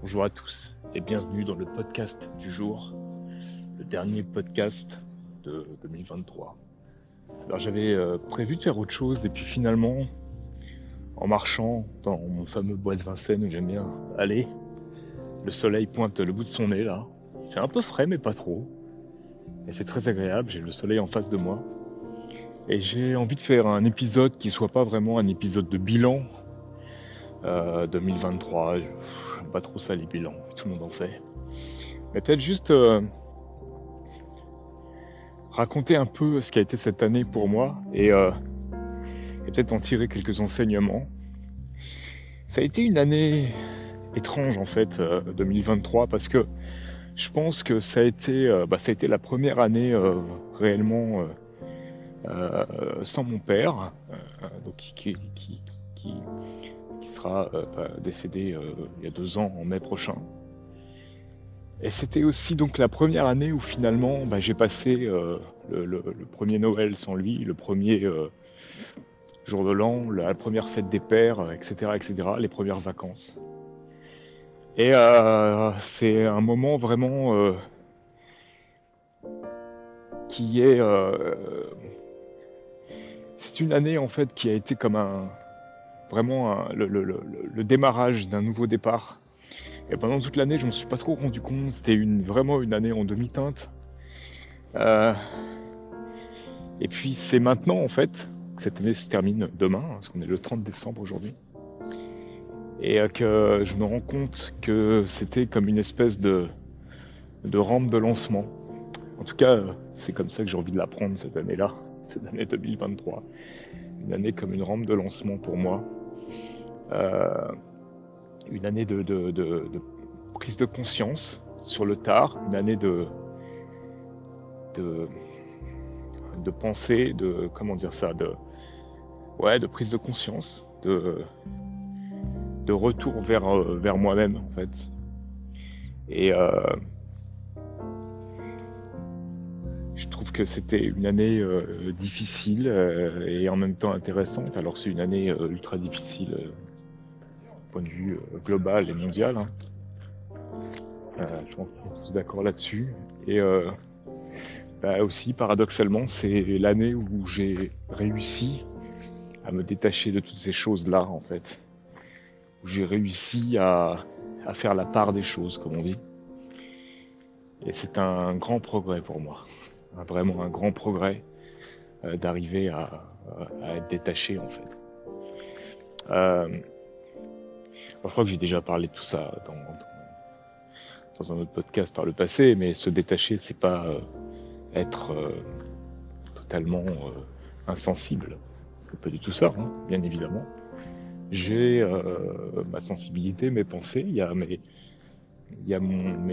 Bonjour à tous et bienvenue dans le podcast du jour, le dernier podcast de 2023. Alors j'avais prévu de faire autre chose et puis finalement, en marchant dans mon fameux bois de Vincennes où j'aime bien aller, le soleil pointe le bout de son nez là. C'est un peu frais mais pas trop. Et c'est très agréable, j'ai le soleil en face de moi. Et j'ai envie de faire un épisode qui soit pas vraiment un épisode de bilan 2023. J'aime pas trop ça les bilans, tout le monde en fait. Mais peut-être juste raconter un peu ce qu'a été cette année pour moi et peut-être en tirer quelques enseignements. Ça a été une année étrange en fait, 2023, parce que je pense que ça a été la première année réellement sans mon père, donc qui, qui sera décédé il y a 2 ans en mai prochain. Et c'était aussi donc la première année où finalement j'ai passé le premier Noël sans lui, le premier jour de l'an, la première fête des pères, etc., etc., les premières vacances. Et c'est un moment vraiment qui est... c'est une année en fait qui a été comme le démarrage d'un nouveau départ. Et pendant toute l'année, je me suis pas trop rendu compte. C'était vraiment une année en demi-teinte. Euh, et puis c'est maintenant en fait que cette année se termine demain, parce qu'on est le 30 décembre aujourd'hui. Et que je me rends compte que c'était comme une espèce de rampe de lancement. En tout cas, c'est comme ça que j'ai envie de la prendre cette année-là, cette année 2023. Une année comme une rampe de lancement pour moi. Euh, une année de prise de conscience sur le tard, une année de, de pensée, comment dire ça, de prise de conscience, de retour vers moi-même en fait. Et je trouve que c'était une année difficile et en même temps intéressante, alors que c'est une année ultra difficile du point de vue global et mondial. Hein. Je pense qu'on est tous d'accord là-dessus. Et aussi, paradoxalement, c'est l'année où j'ai réussi à me détacher de toutes ces choses-là, en fait. Où j'ai réussi à faire la part des choses, comme on dit. Et c'est un grand progrès pour moi. Vraiment un grand progrès d'arriver à être détaché, en fait. Euh, je crois que j'ai déjà parlé de tout ça dans un autre podcast par le passé, mais se détacher, c'est pas être totalement insensible. C'est pas du tout ça, hein, bien évidemment. J'ai ma sensibilité, mes pensées, il y a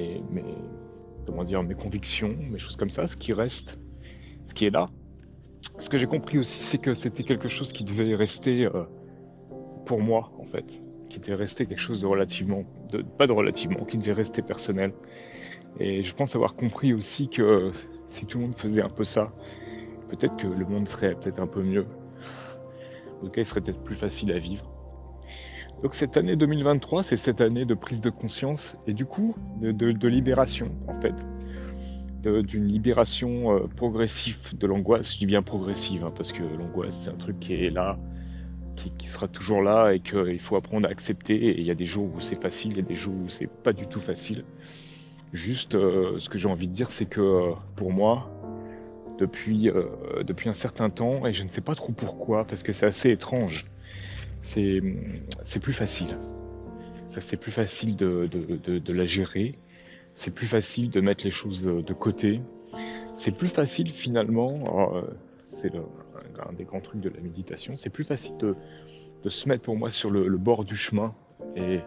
comment dire, mes convictions, mes choses comme ça, ce qui reste, ce qui est là. Ce que j'ai compris aussi, c'est que c'était quelque chose qui devait rester pour moi, en fait, qui devait rester quelque chose de relativement, pas de relativement, qui devait rester personnel. Et je pense avoir compris aussi que si tout le monde faisait un peu ça, peut-être que le monde serait peut-être un peu mieux. En tout cas, il serait peut-être plus facile à vivre. Donc cette année 2023, c'est cette année de prise de conscience et du coup de libération, en fait. D'une libération progressive de l'angoisse. Je dis bien progressive, hein, parce que l'angoisse, c'est un truc qui est là, qui sera toujours là et qu'il faut apprendre à accepter. Et il y a des jours où c'est facile, il y a des jours où c'est pas du tout facile. Juste, ce que j'ai envie de dire, c'est que pour moi, depuis un certain temps, et je ne sais pas trop pourquoi, parce que c'est assez étrange, c'est, c'est plus facile. Ça, c'est plus facile de la gérer. C'est plus facile de mettre les choses de côté. C'est plus facile finalement, c'est un des grands trucs de la méditation, c'est plus facile de se mettre pour moi sur le bord du chemin et,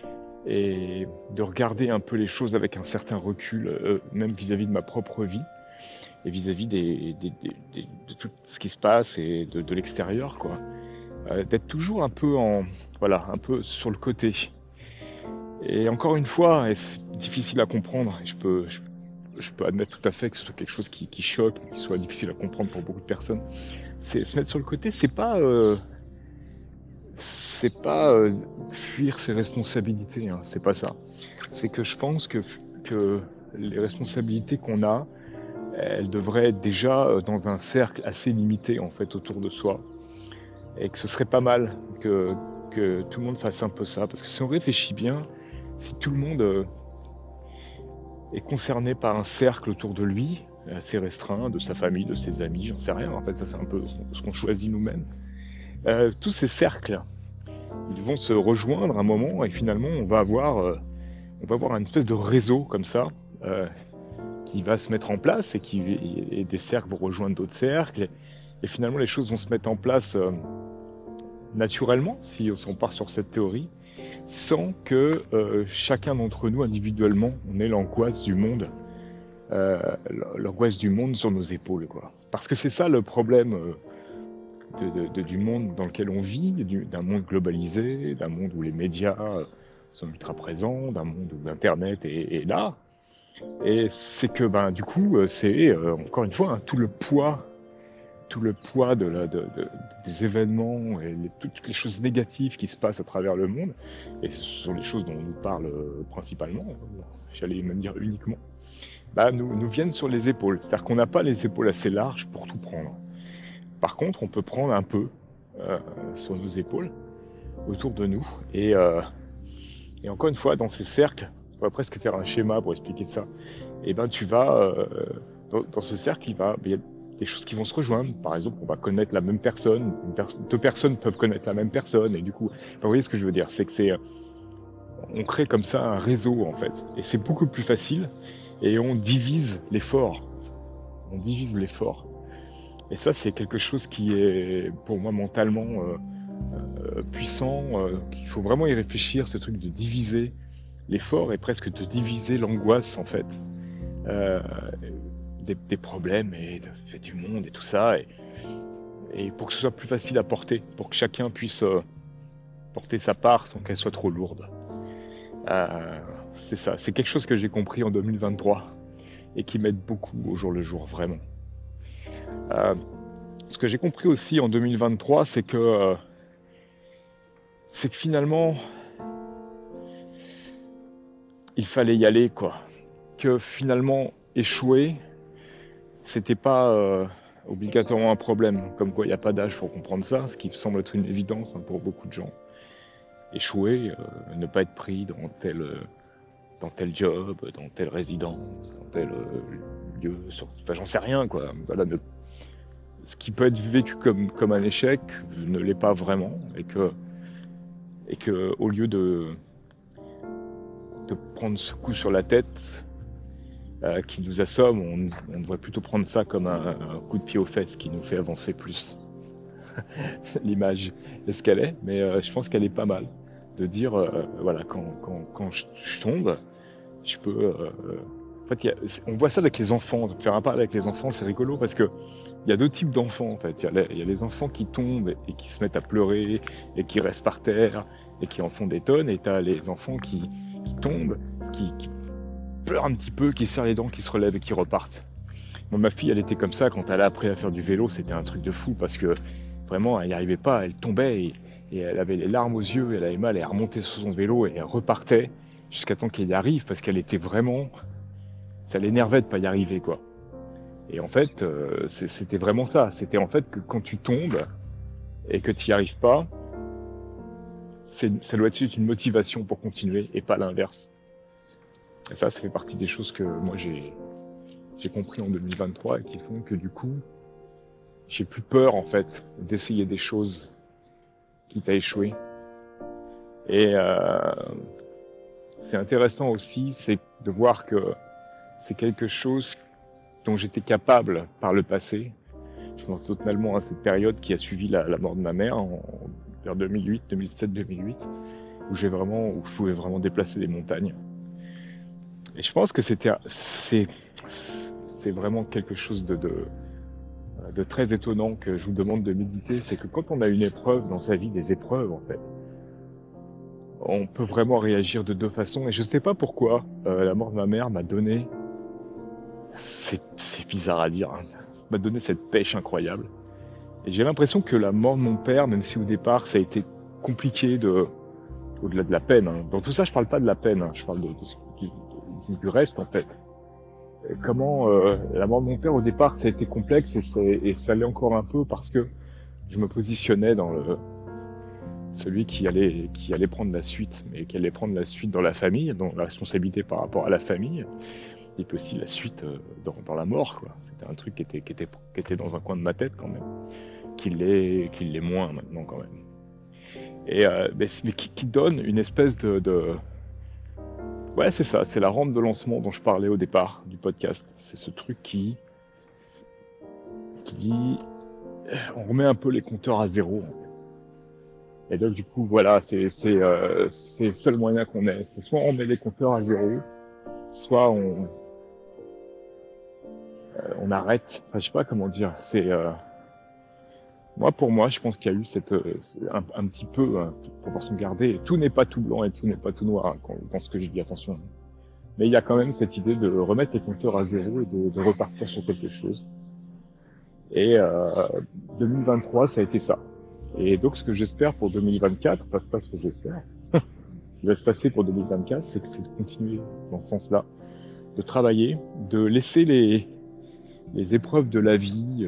et de regarder un peu les choses avec un certain recul, même vis-à-vis de ma propre vie et vis-à-vis de tout ce qui se passe et de l'extérieur, quoi. D'être toujours un peu voilà, un peu sur le côté. Et encore une fois, et c'est difficile à comprendre, et je peux admettre tout à fait que ce soit quelque chose qui choque, qui soit difficile à comprendre pour beaucoup de personnes. C'est se mettre sur le côté, c'est pas, c'est pas fuir ses responsabilités, hein, c'est pas ça. C'est que je pense que les responsabilités qu'on a, elles devraient être déjà dans un cercle assez limité en fait autour de soi, et que ce serait pas mal que tout le monde fasse un peu ça, parce que si on réfléchit bien, si tout le monde est concerné par un cercle autour de lui, assez restreint, de sa famille, de ses amis, j'en sais rien, en fait ça c'est un peu ce qu'on choisit nous-mêmes, tous ces cercles, ils vont se rejoindre à un moment et finalement on va avoir une espèce de réseau comme ça qui va se mettre en place et des cercles vont rejoindre d'autres cercles et finalement les choses vont se mettre en place naturellement si on part sur cette théorie sans que chacun d'entre nous individuellement on ait l'angoisse du monde l'angoisse du monde sur nos épaules quoi. Parce que c'est ça le problème du monde dans lequel on vit, d'un monde globalisé, d'un monde où les médias sont ultra présents, d'un monde où Internet est là. Et c'est que, du coup, c'est encore une fois hein, tout le poids des événements et toutes les choses négatives qui se passent à travers le monde, et ce sont les choses dont on nous parle principalement, j'allais même dire uniquement, nous viennent sur les épaules. C'est-à-dire qu'on n'a pas les épaules assez larges pour tout prendre. Par contre, on peut prendre un peu sur nos épaules, autour de nous. Et encore une fois, dans ces cercles, on pourrait presque faire un schéma pour expliquer ça. Et tu vas, dans ce cercle, il y a des choses qui vont se rejoindre. Par exemple, on va connaître la même personne. Deux personnes peuvent connaître la même personne. Et du coup, vous voyez ce que je veux dire, c'est que on crée comme ça un réseau, en fait. Et c'est beaucoup plus facile. Et on divise l'effort. On divise l'effort. Et ça, c'est quelque chose qui est, pour moi, mentalement puissant, qu'il faut vraiment y réfléchir, ce truc de diviser l'effort et presque de diviser l'angoisse, en fait, euh, des problèmes et du monde et tout ça, et pour que ce soit plus facile à porter, pour que chacun puisse porter sa part sans qu'elle soit trop lourde. C'est ça, c'est quelque chose que j'ai compris en 2023 et qui m'aide beaucoup au jour le jour, vraiment. Ce que j'ai compris aussi en 2023, c'est que finalement, il fallait y aller, quoi. Que finalement, échouer, c'était pas obligatoirement un problème. Comme quoi, il n'y a pas d'âge pour comprendre ça, ce qui semble être une évidence hein, pour beaucoup de gens. Échouer, ne pas être pris dans tel job, dans telle résidence, dans tel lieu, enfin j'en sais rien, quoi. Voilà, ce qui peut être vécu comme un échec ne l'est pas vraiment, et que au lieu de prendre ce coup sur la tête qui nous assomme, on devrait plutôt prendre ça comme un coup de pied aux fesses qui nous fait avancer plus. L'image est ce qu'elle est, mais je pense qu'elle est pas mal. De dire, voilà, quand je tombe, je peux... en fait, on voit ça avec les enfants. Faire un parallèle avec les enfants, c'est rigolo parce que il y a deux types d'enfants en fait. Il y a les enfants qui tombent et qui se mettent à pleurer et qui restent par terre et qui en font des tonnes. Et t'as les enfants qui tombent, qui pleurent un petit peu, qui serrent les dents, qui se relèvent et qui repartent. Moi, ma fille, elle était comme ça quand elle a appris à faire du vélo. C'était un truc de fou parce que vraiment, elle n'y arrivait pas. Elle tombait et elle avait les larmes aux yeux. Elle avait mal. Elle remontait sur son vélo et elle repartait jusqu'à temps qu'elle y arrive parce qu'elle était vraiment... Ça l'énervait de pas y arriver, quoi. Et en fait, c'était vraiment ça. C'était en fait que quand tu tombes et que tu n'y arrives pas, ça doit être une motivation pour continuer et pas l'inverse. Et ça fait partie des choses que moi j'ai compris en 2023 et qui font que du coup, j'ai plus peur en fait d'essayer des choses qui t'a échoué. Et c'est intéressant aussi, c'est de voir que c'est quelque chose dont j'étais capable par le passé. Je pense totalement à cette période qui a suivi la mort de ma mère vers 2008, 2007, 2008, où je pouvais vraiment déplacer des montagnes. Et je pense que c'est vraiment quelque chose de très étonnant que je vous demande de méditer, c'est que quand on a une épreuve dans sa vie, des épreuves en fait, on peut vraiment réagir de deux façons. Et je sais pas pourquoi la mort de ma mère m'a donné, c'est bizarre à dire, hein, m'a donné cette pêche incroyable. Et j'ai l'impression que la mort de mon père, même si au départ ça a été compliqué au-delà de la peine. Hein. Dans tout ça, je parle pas de la peine, hein, je parle du reste en fait. Et comment la mort de mon père au départ, ça a été complexe et ça l'est encore un peu parce que je me positionnais dans celui qui allait prendre la suite, mais qui allait prendre la suite dans la famille, dans la responsabilité par rapport à la famille, et puis aussi la suite dans la mort, quoi. C'était un truc qui était dans un coin de ma tête quand même, qu'il l'est moins maintenant quand même. Et mais qui donne une espèce ouais, c'est ça, c'est la rampe de lancement dont je parlais au départ du podcast. C'est ce truc qui dit, on remet un peu les compteurs à zéro. Et donc du coup, voilà, c'est le seul moyen qu'on ait. C'est soit on met les compteurs à zéro, soit on arrête. Enfin, je sais pas comment dire. Pour moi, je pense qu'il y a eu un petit peu proportion gardée. Tout n'est pas tout blanc et tout n'est pas tout noir hein, dans ce que je dis. Attention. Mais il y a quand même cette idée de remettre les compteurs à zéro et de repartir sur quelque chose. Et 2023, ça a été ça. Et donc, ce que j'espère pour 2024, pas ce que j'espère, ce qui va se passer pour 2024, c'est de continuer dans ce sens-là, de travailler, de laisser les épreuves de la vie,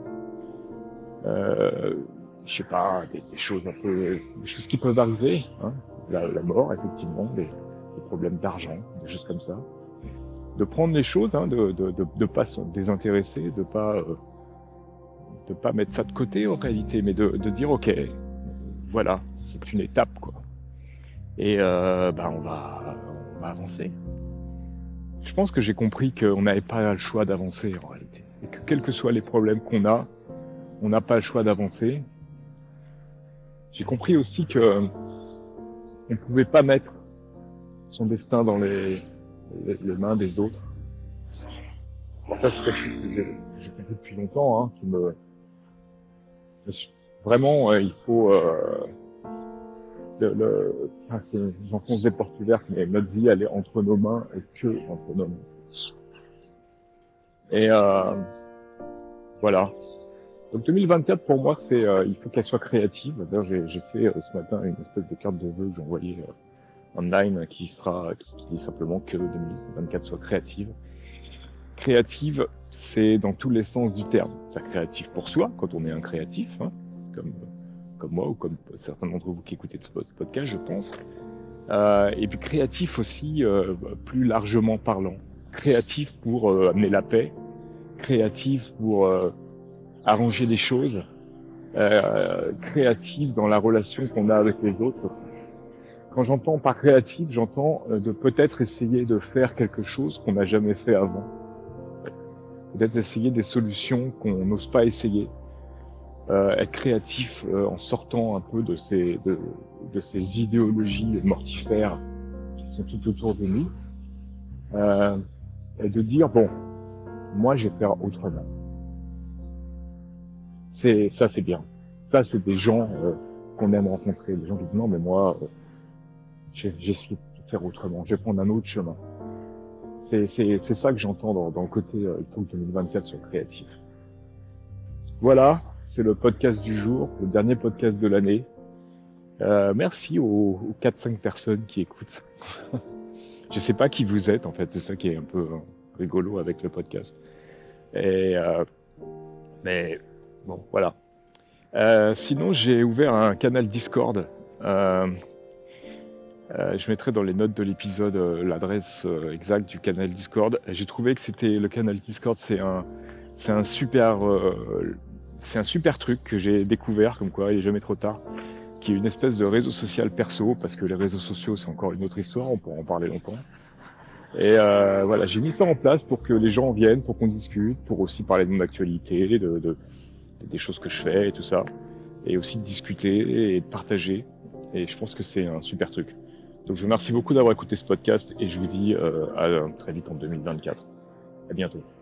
je sais pas, des choses un peu, des choses qui peuvent arriver, hein, la mort, effectivement, des problèmes d'argent, des choses comme ça, de prendre les choses, hein, de pas se désintéresser, de pas mettre ça de côté en réalité, mais de dire ok, voilà, c'est une étape quoi. Et on va avancer. Je pense que j'ai compris qu'on n'avait pas le choix d'avancer en réalité, et que quels que soient les problèmes qu'on a, on n'a pas le choix d'avancer. J'ai compris aussi que on pouvait pas mettre son destin dans les mains des autres. Ça c'est quelque chose que j'ai compris depuis longtemps, hein, vraiment, il faut. J'enfonce des portes ouvertes, mais notre vie, elle est entre nos mains et que entre nos mains. Et voilà. Donc 2024 pour moi, il faut qu'elle soit créative. D'ailleurs, j'ai fait ce matin une espèce de carte de vœux que j'ai envoyée online qui dit simplement que 2024 soit créative. Créative, c'est dans tous les sens du terme. C'est créatif pour soi, quand on est un créatif, hein, comme moi ou comme certains d'entre vous qui écoutez ce podcast, je pense. Et puis créatif aussi, plus largement parlant. Créatif pour amener la paix, créatif pour arranger les choses, créatif dans la relation qu'on a avec les autres. Quand j'entends par créatif, j'entends de peut-être essayer de faire quelque chose qu'on n'a jamais fait avant. Peut-être essayer des solutions qu'on n'ose pas essayer. Être créatif en sortant un peu de ces idéologies mortifères qui sont tout autour de nous. Et de dire, bon, moi je vais faire autrement. C'est bien. Ça, c'est des gens qu'on aime rencontrer. Des gens qui disent, non, mais moi, j'ai essayé de faire autrement. Je vais prendre un autre chemin. C'est ça que j'entends dans le côté il faut que 2024 soit créatif. Voilà, c'est le podcast du jour, le dernier podcast de l'année. Merci aux 4-5 personnes qui écoutent. Je sais pas qui vous êtes en fait, c'est ça qui est un peu rigolo avec le podcast. Et mais bon, voilà. Sinon, j'ai ouvert un canal Discord. Je mettrai dans les notes de l'épisode l'adresse exacte du canal Discord. J'ai trouvé que le canal Discord, c'est un super truc que j'ai découvert, comme quoi il est jamais trop tard, qui est une espèce de réseau social perso, parce que les réseaux sociaux c'est encore une autre histoire, on pourra en parler longtemps. Et voilà, j'ai mis ça en place pour que les gens viennent, pour qu'on discute, pour aussi parler de mon actualité, des choses que je fais et tout ça, et aussi de discuter et de partager. Et je pense que c'est un super truc. Donc je vous remercie beaucoup d'avoir écouté ce podcast et je vous dis à très vite en 2024. À bientôt.